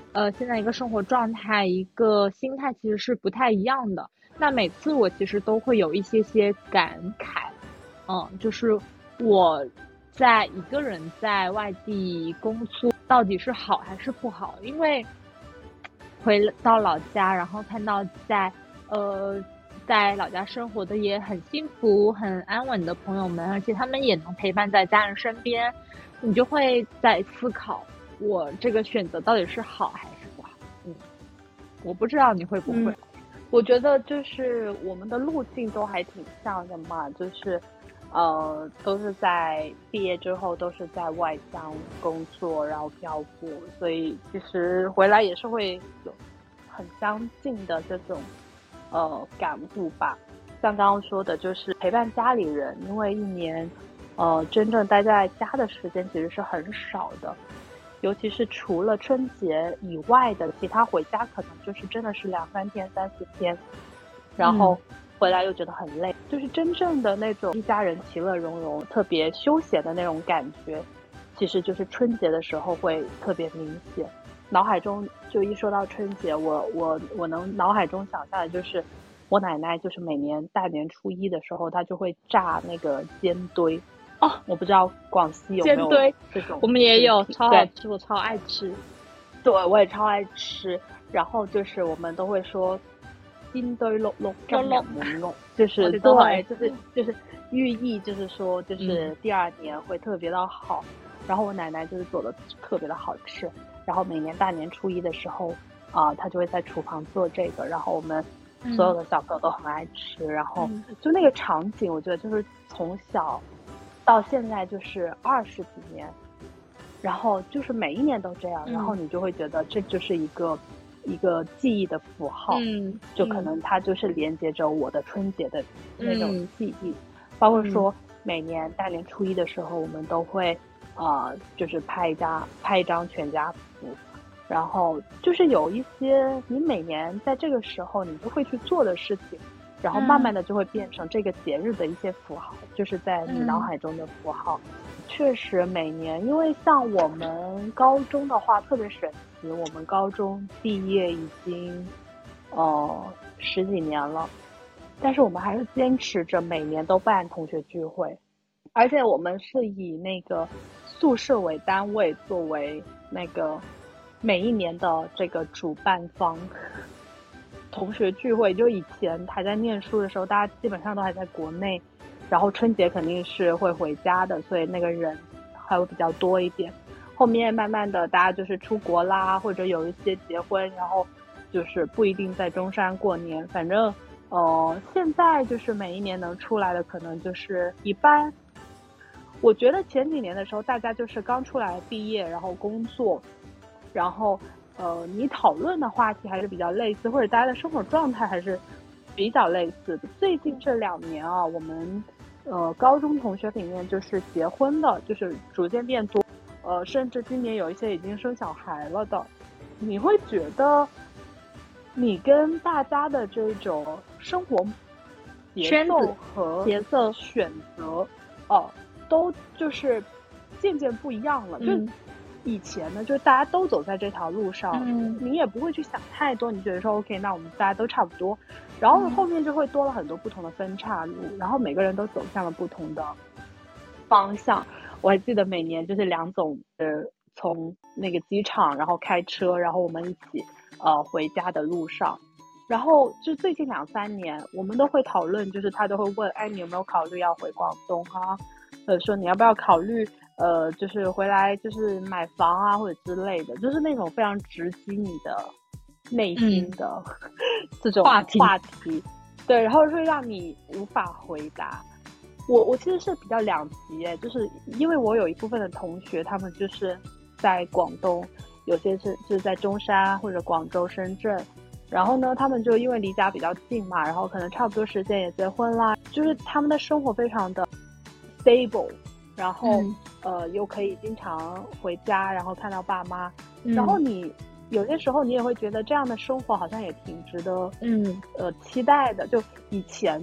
呃现在一个生活状态、一个心态其实是不太一样的。那每次我其实都会有一些些感慨，嗯，就是我在一个人在外地工作到底是好还是不好？因为回到老家，然后看到在呃在老家生活的也很幸福、很安稳的朋友们，而且他们也能陪伴在家人身边，你就会在思考，我这个选择到底是好还是不好？嗯，我不知道你会不会。 嗯，我觉得就是我们的路径都还挺像的嘛，就是呃，都是在毕业之后都是在外乡工作，然后漂泊，所以其实回来也是会有很相近的这种呃感悟吧。像刚刚说的，就是陪伴家里人，因为一年呃真正待在家的时间其实是很少的，尤其是除了春节以外的其他回家，可能就是真的是两三天、三四天，然后嗯回来又觉得很累，就是真正的那种一家人其乐融融、特别休闲的那种感觉，其实就是春节的时候会特别明显。脑海中就一说到春节，我我我能脑海中想象的就是我奶奶，就是每年大年初一的时候，她就会炸那个煎堆。 哦， 我不知道广西有没有煎堆这种我们也有， 食品，对， 超好吃，我超爱吃。 对，我也超爱吃。然后就是我们都会说“煎堆碌碌，今日肉肉， 滿屋”，就是我哋都对， 係。 就是就是寓意，就是说，就嗯是第二年会特别的好。然后我奶奶就是做的特别的好吃。然后每年大年初一的时候，啊、呃，她就会在厨房做这个，然后我们所有嗯的小朋友都很爱吃。然后嗯就那个场景，我觉得就是从小到现在就是二十几年。然后就是每一年都这样，然后嗯你就会觉得这就是一个一个记忆的符号， 嗯就可能它就是连接着我的春节的那种嗯记忆，包括嗯说每年大年初一的时候，我们都会呃就是拍一张拍一张全家福，然后就是有一些你每年在这个时候你都会去做的事情，然后慢慢嗯的就会变成这个节日的一些符号，就是在你脑嗯海中的符号。确实每年，因为像我们高中的话特别神奇，我们高中毕业已经呃十几年了，但是我们还是坚持着每年都办同学聚会，而且我们是以那个宿舍为单位作为那个每一年的这个主办方。同学聚会，就以前还在念书的时候，大家基本上都还在国内，然后春节肯定是会回家的，所以那个人还会比较多一点。后面慢慢的，大家就是出国啦，或者有一些结婚，然后就是不一定在中山过年，反正呃，现在就是每一年能出来的可能就是一般。我觉得前几年的时候，大家就是刚出来毕业，然后工作，然后呃，你讨论的话题还是比较类似，或者大家的生活状态还是比较类似的。最近这两年啊，我们呃高中同学里面就是结婚的，就是逐渐变多，呃，甚至今年有一些已经生小孩了的。你会觉得你跟大家的这种生活节奏和节奏选择，哦、呃，都就是渐渐不一样了。 嗯就以前呢，就是大家都走在这条路上， 嗯你也不会去想太多，你觉得说 OK， 那我们大家都差不多，然后后面就会多了很多不同的分岔路，然后每个人都走向了不同的方向。我还记得每年就是梁总呃从那个机场然后开车，然后我们一起呃回家的路上，然后就最近两三年我们都会讨论，就是他都会问，哎，你有没有考虑要回广东啊？呃，说你要不要考虑呃，就是回来就是买房啊或者之类的，就是那种非常直击你的内心的、嗯、这种话题话题，对，然后会让你无法回答。我我其实是比较两极诶，就是因为我有一部分的同学，他们就是在广东，有些是就是在中山或者广州、深圳，然后呢，他们就因为离家比较近嘛，然后可能差不多时间也结婚啦，就是他们的生活非常的 stable， 然后、嗯、呃又可以经常回家，然后看到爸妈，嗯、然后你有些时候你也会觉得这样的生活好像也挺值得， 嗯呃期待的。就以前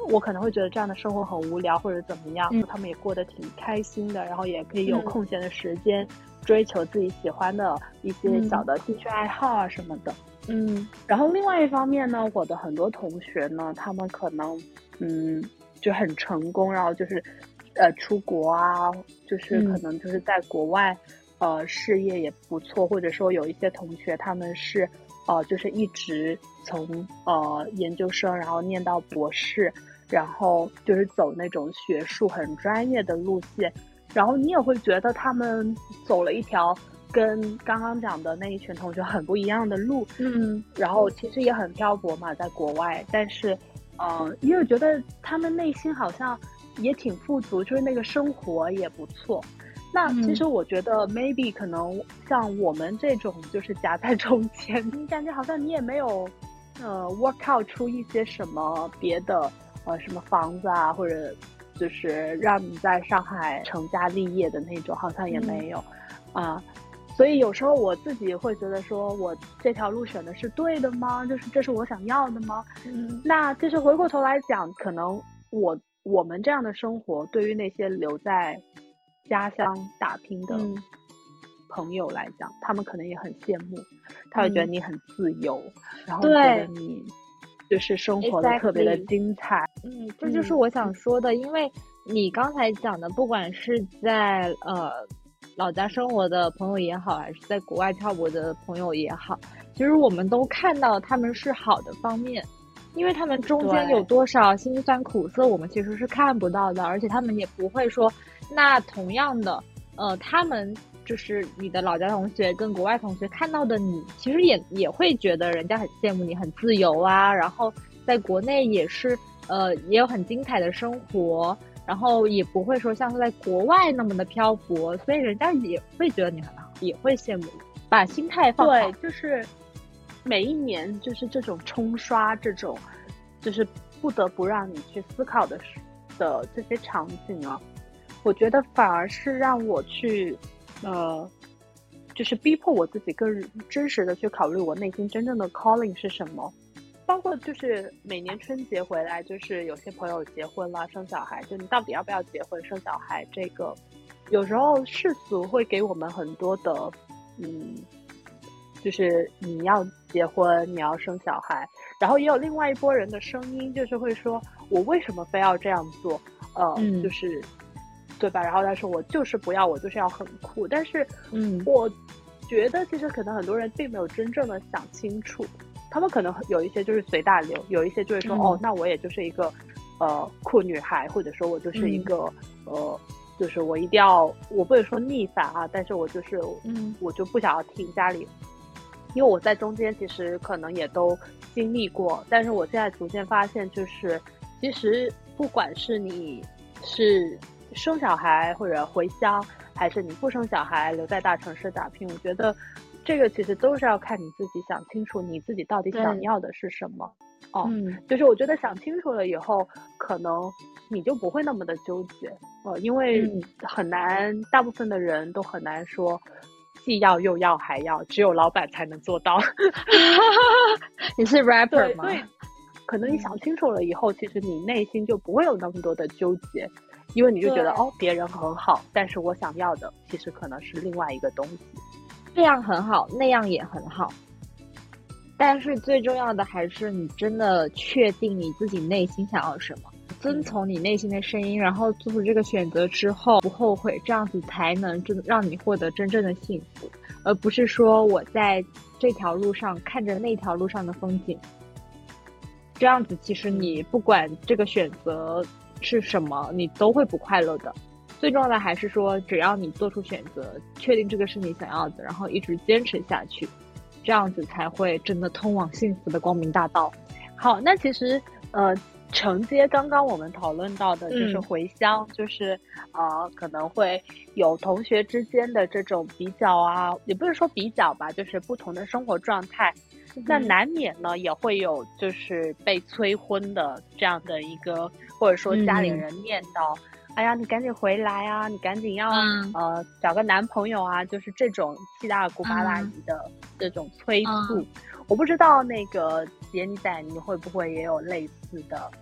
我可能会觉得这样的生活很无聊或者怎么样， 嗯他们也过得挺开心的，然后也可以有嗯空闲的时间追求自己喜欢的一些小的兴趣爱好啊什么的。 嗯然后另外一方面呢，我的很多同学呢，他们可能嗯就很成功，然后就是呃出国啊，就是可能就是在国外、嗯、呃事业也不错，或者说有一些同学他们是呃就是一直从呃研究生然后念到博士，然后就是走那种学术很专业的路线，然后你也会觉得他们走了一条跟刚刚讲的那一群同学很不一样的路， 嗯然后其实也很漂泊嘛，在国外，但是，呃，你也觉得他们内心好像也挺富足，就是那个生活也不错。那其实我觉得 maybe 可能像我们这种就是夹在中间，你感觉好像你也没有呃 work out 出一些什么别的呃什么房子啊，或者就是让你在上海成家立业的那种，好像也没有啊。所以有时候我自己会觉得说，我这条路选的是对的吗？就是这是我想要的吗？ 嗯， 那其实回过头来讲，可能我我们这样的生活，对于那些留在家乡打拼的朋友来讲，他们可能也很羡慕，他会觉得你很自由，嗯、然后觉得你就是生活的特别的精彩。 嗯，这就是我想说的，嗯、因为你刚才讲的，不管是在呃。老家生活的朋友也好，还是在国外漂泊的朋友也好，其实我们都看到他们是好的方面，因为他们中间有多少辛酸苦涩，我们其实是看不到的，而且他们也不会说，那同样的，呃，他们就是你的老家同学跟国外同学看到的你，其实也也会觉得人家很羡慕你很自由啊，然后在国内也是呃也有很精彩的生活。然后也不会说像是在国外那么的漂泊，所以人家也会觉得你很好，也会羡慕你，把心态放好。 对，就是每一年就是这种冲刷，这种就是不得不让你去思考的的这些场景啊，我觉得反而是让我去呃，就是逼迫我自己更真实的去考虑我内心真正的 calling 是什么。包括就是每年春节回来，就是有些朋友结婚了生小孩，就你到底要不要结婚生小孩，这个有时候世俗会给我们很多的嗯，就是你要结婚你要生小孩，然后也有另外一拨人的声音，就是会说我为什么非要这样做，呃、嗯、就是对吧，然后他说我就是不要，我就是要很酷，但是嗯，我觉得其实可能很多人并没有真正的想清楚，他们可能有一些就是随大流，有一些就会说、嗯、哦，那我也就是一个呃酷女孩，或者说我就是一个、嗯、呃，就是我一定要，我不能说逆反啊，但是我就是嗯，我就不想要听家里，因为我在中间其实可能也都经历过，但是我现在逐渐发现，就是其实不管是你是生小孩或者回乡，还是你不生小孩留在大城市打拼，我觉得这个其实都是要看你自己想清楚你自己到底想要的是什么哦、嗯，就是我觉得想清楚了以后，可能你就不会那么的纠结呃，因为很难、嗯、大部分的人都很难说既要又要还要，只有老板才能做到你是 rapper 吗？ 对，可能你想清楚了以后、嗯、其实你内心就不会有那么多的纠结，因为你就觉得哦，别人很好，但是我想要的其实可能是另外一个东西， 这样很好，那样也很好，但是最重要的还是你真的确定你自己内心想要什么，遵从你内心的声音，然后做出这个选择之后不后悔，这样子才能真让你获得真正的幸福，而不是说我在这条路上看着那条路上的风景，这样子其实你不管这个选择是什么，你都会不快乐的。最重要的还是说，只要你做出选择，确定这个是你想要的，然后一直坚持下去，这样子才会真的通往幸福的光明大道。 好，那其实呃，承接刚刚我们讨论到的，就是回乡，嗯、就是呃，可能会有同学之间的这种比较啊，也不是说比较吧，就是不同的生活状态。嗯、那难免呢，也会有就是被催婚的这样的一个，或者说家里人念叨。嗯哎呀，你赶紧回来啊！你赶紧要、嗯、呃找个男朋友啊！就是这种七大姑八大姨的这种催促，嗯、我不知道那个杰尼仔你会不会也有类似的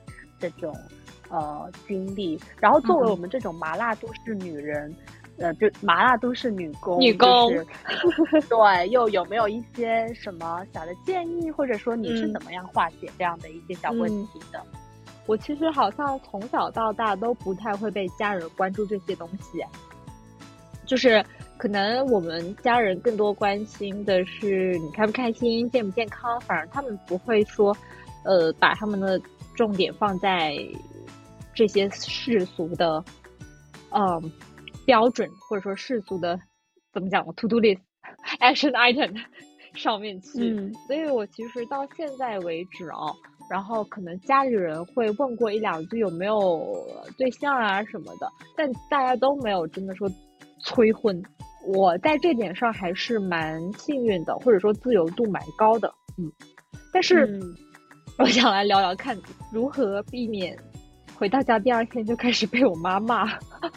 这种呃经历。然后作为嗯我们这种麻辣都市女人，呃，就麻辣都市女工， 女工就是对，又有没有一些什么小的建议，或者说你是嗯怎么样化解这样的一些小问题的？ 我其实好像从小到大都不太会被家人关注这些东西，就是可能我们家人更多关心的是你开不开心、健不健康，反而他们不会说，呃，把他们的重点放在这些世俗的，嗯、标准或者说世俗的怎么讲 to do list action item 上面去。 嗯所以我其实到现在为止啊，然后可能家里人会问过一两句有没有对象啊什么的，但大家都没有真的说催婚。我在这点上还是蛮幸运的，或者说自由度蛮高的。嗯，但是嗯我想来聊聊看如何避免回到家第二天就开始被我妈骂。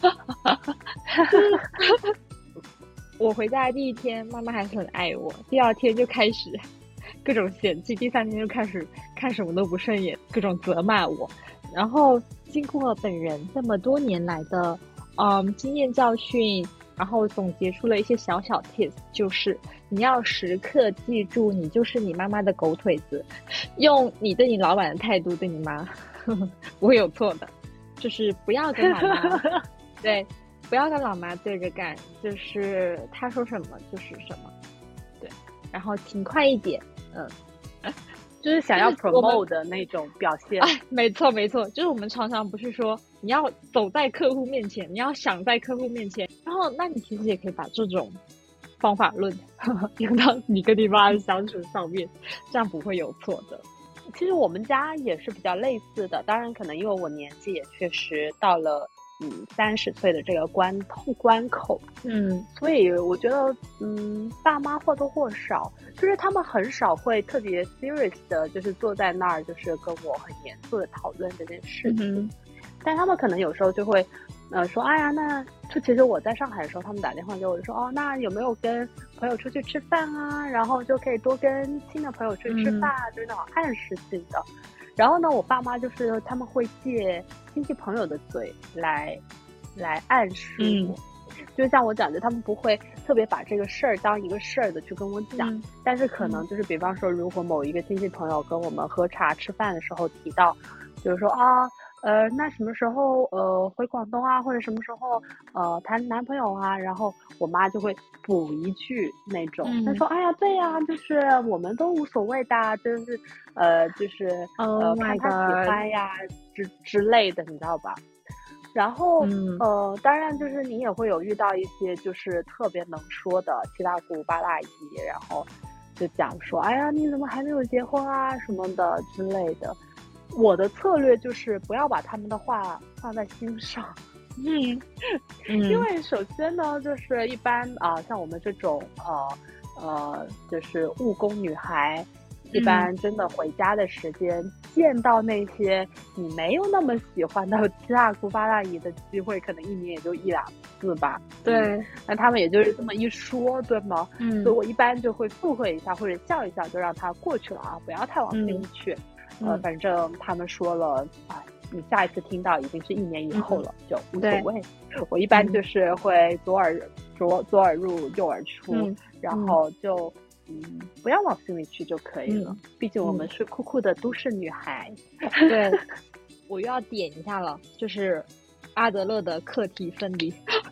我回家的第一天，妈妈还是很爱我，第二天就开始各种嫌弃，第三天就开始看什么都不顺眼，各种责骂我。然后经过本人这么多年来的嗯经验教训，然后总结出了一些小小 tips， 就是你要时刻记住，你就是你妈妈的狗腿子，用你对你老板的态度对你妈不会有错的，就是不要跟老妈对，不要跟老妈对着干，就是她说什么就是什么，对，然后勤快一点，嗯。 就是想要就是我们 promote 的那种表现。 哎，没错没错，就是我们常常不是说你要走在客户面前，你要想在客户面前，然后那你其实也可以把这种方法论用到你跟你妈的相处上面，这样不会有错的。 其实我们家也是比较类似的，当然可能因为我年纪也确实到了嗯三十岁的这个关头关口， 嗯所以我觉得嗯爸妈或多或少就是他们很少会特别 serious 的，就是坐在那儿就是跟我很严肃的讨论这件事情， 嗯但他们可能有时候就会呃说，哎呀，那就其实我在上海的时候，他们打电话给我就说，哦，那有没有跟朋友出去吃饭啊？然后就可以多跟亲的朋友出去吃饭啊，就是那种暗示性的。然后呢，我爸妈就是他们会借亲戚朋友的嘴来来暗示我， 嗯就像我讲的，他们不会特别把这个事儿当一个事儿的去跟我讲， 嗯但是可能就是比方说，如果某一个亲戚朋友跟我们喝茶吃饭的时候提到，就是说啊。呃，那什么时候呃回广东啊，或者什么时候呃谈男朋友啊，然后我妈就会补一句那种，她、 嗯说哎呀，对呀、就是我们都无所谓的啊，就是呃就是呃 ，Oh 看 my 他喜 god， 欢呀之之类的，你知道吧？然后， 嗯呃，当然就是你也会有遇到一些就是特别能说的七大姑八大姨，然后就讲说，哎呀，你怎么还没有结婚啊什么的之类的。我的策略就是不要把他们的话放在心上， 嗯嗯， 因为首先呢，就是一般啊、呃像我们这种呃呃，就是务工女孩。一般真的回家的时间，嗯、见到那些你没有那么喜欢的七大姑八大姨的机会，可能一年也就一两次吧。 对， 那他们也就是这么一说，对吗？ 嗯， 所以我一般就会附和一下或者笑一笑，就让他过去了啊，不要太往心里去。 嗯、 呃，反正他们说了啊，你下一次听到已经是一年以后了，嗯、就无所谓。我一般就是会左耳左左耳入右耳出， 嗯、 然后就。嗯，不要往心里去就可以了。嗯、毕竟我们是酷酷的都市女孩。 嗯、对，我又要点一下了，就是阿德勒的课题分离。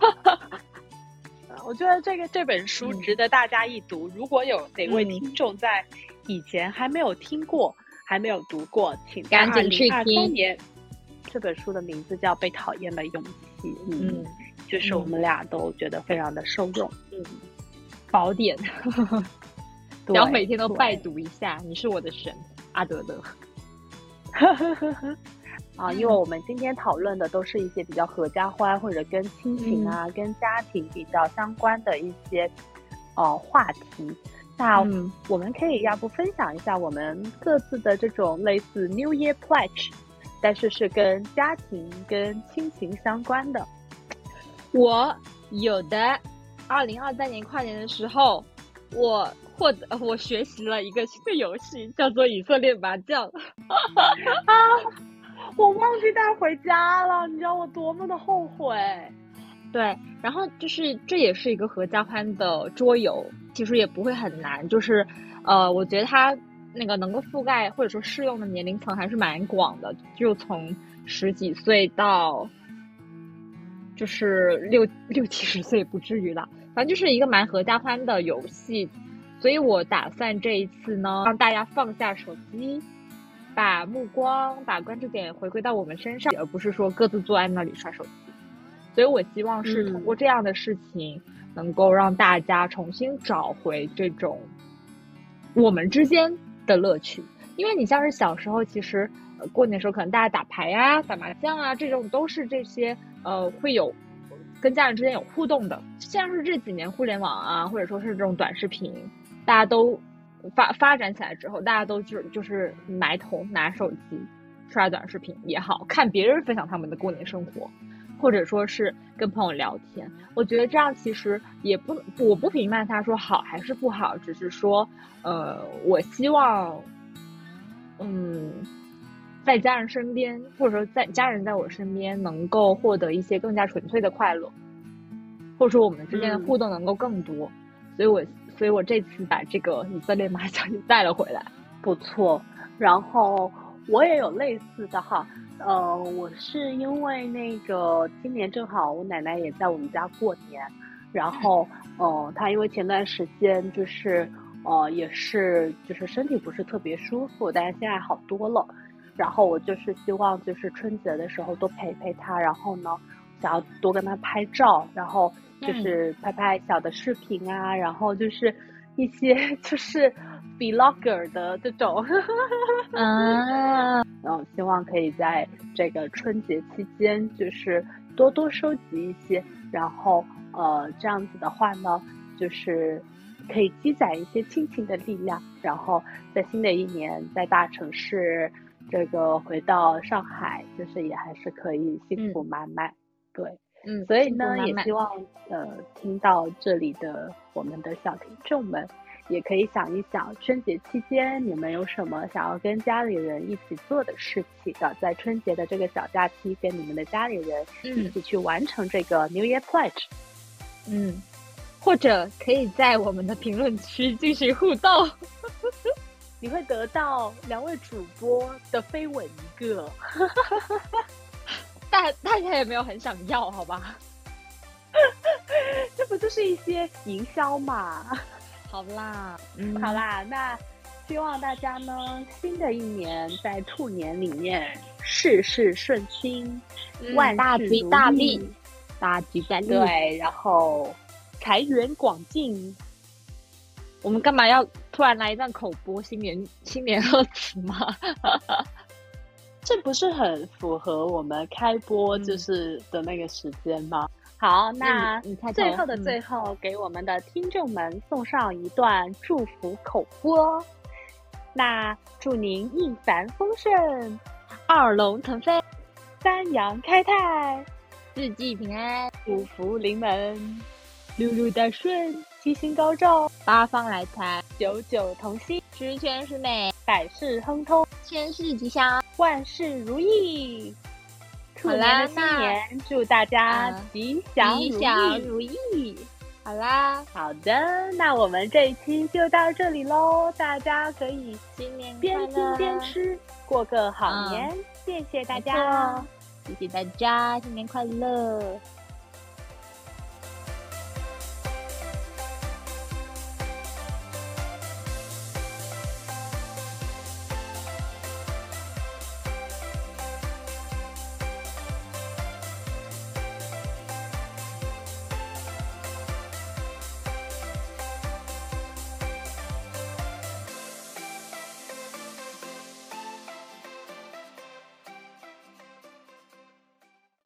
我觉得这个这本书值得大家一读。嗯、如果有哪位听众在以前还没有听过、嗯、还没有读过，请赶紧去听。 年这本书的名字叫《被讨厌的勇气》。嗯，嗯就是我们俩都觉得非常的受用。 嗯，宝典。然后每天都拜读一下，你是我的神，阿德勒。 啊，因为我们今天讨论的都是一些比较合家欢或者跟亲情啊、嗯、跟家庭比较相关的一些呃话题。那我们可以要不分享一下我们各自的这种类似 New Year Pledge， 但是是跟家庭跟亲情相关的。 我有的，二零二三年跨年的时候。我获得我学习了一个新的游戏，叫做以色列麻将。 啊， 我忘记带回家了，你知道我多么的后悔。 对，然后就是这也是一个合家欢的桌游，其实也不会很难，就是呃，我觉得它那个能够覆盖或者说适用的年龄层还是蛮广的，就从十几岁到就是六六七十岁不至于了，反正就是一个蛮合家欢的游戏。所以我打算这一次呢，让大家放下手机，把目光把关注点回归到我们身上，而不是说各自坐在那里刷手机。所以我希望是通过这样的事情，能够让大家重新找回这种我们之间的乐趣。因为你像是小时候，其实、呃、过年的时候可能大家打牌啊、打麻将啊，这种都是这些呃会有跟家人之间有互动的。像是这几年互联网啊，或者说是这种短视频，大家都发发展起来之后，大家都就就是埋头拿手机刷短视频也好，看别人分享他们的过年生活，或者说是跟朋友聊天。我觉得这样其实也不，我不评判他说好还是不好，只是说呃我希望嗯在家人身边，或者说在家人在我身边能够获得一些更加纯粹的快乐，或者说我们之间的互动能够更多、嗯、所以我所以我这次把这个以色列麻将也带了回来。 不错。然后我也有类似的哈，呃，我是因为那个今年正好我奶奶也在我们家过年，然后呃，她因为前段时间就是呃也是就是身体不是特别舒服，但是现在好多了。然后我就是希望就是春节的时候多陪陪她，然后呢想要多跟她拍照，然后就是拍拍小的视频啊、嗯、然后就是一些就是 vlogger 的这种啊，然后希望可以在这个春节期间就是多多收集一些，然后呃这样子的话呢就是可以积攒一些亲情的力量，然后在新的一年在大城市这个回到上海，就是也还是可以幸福满满、嗯、对， 嗯， 所以呢也希望呃听到这里的我们的小听众们也可以想一想春节期间你们有什么想要跟家里人一起做的事情的，在春节的这个小假期跟你们的家里人一起去完成这个 New Year Pledge。 嗯，或者可以在我们的评论区进行互动你会得到两位主播的飞吻一个大大家也没有很想要好吧这不就是一些营销嘛。 好啦， 嗯，好啦，那希望大家呢新的一年在兔年里面事事顺心、嗯、万大吉大利，大吉大利， 对，然后财源广进。 我们干嘛要突然来一段口播新年新年贺词吗这不是很符合我们开播就是的那个时间吗？好，那最后的最后、嗯、给我们的听众们送上一段祝福口播。那祝您一帆风顺， 二龙腾飞， 三阳开泰， 四季平安， 五福临门， 六六大顺， 七星高照， 八方来财， 九九同心， 十全十美， 百事亨通， 千事吉祥， 万事如意。兔年的新年，祝大家吉祥如意、 吉祥如意。好啦， 好的，那我们这一期就到这里喽。大家可以新年边听边吃，过个好年。嗯、谢谢大家， 谢谢大家，新年快乐。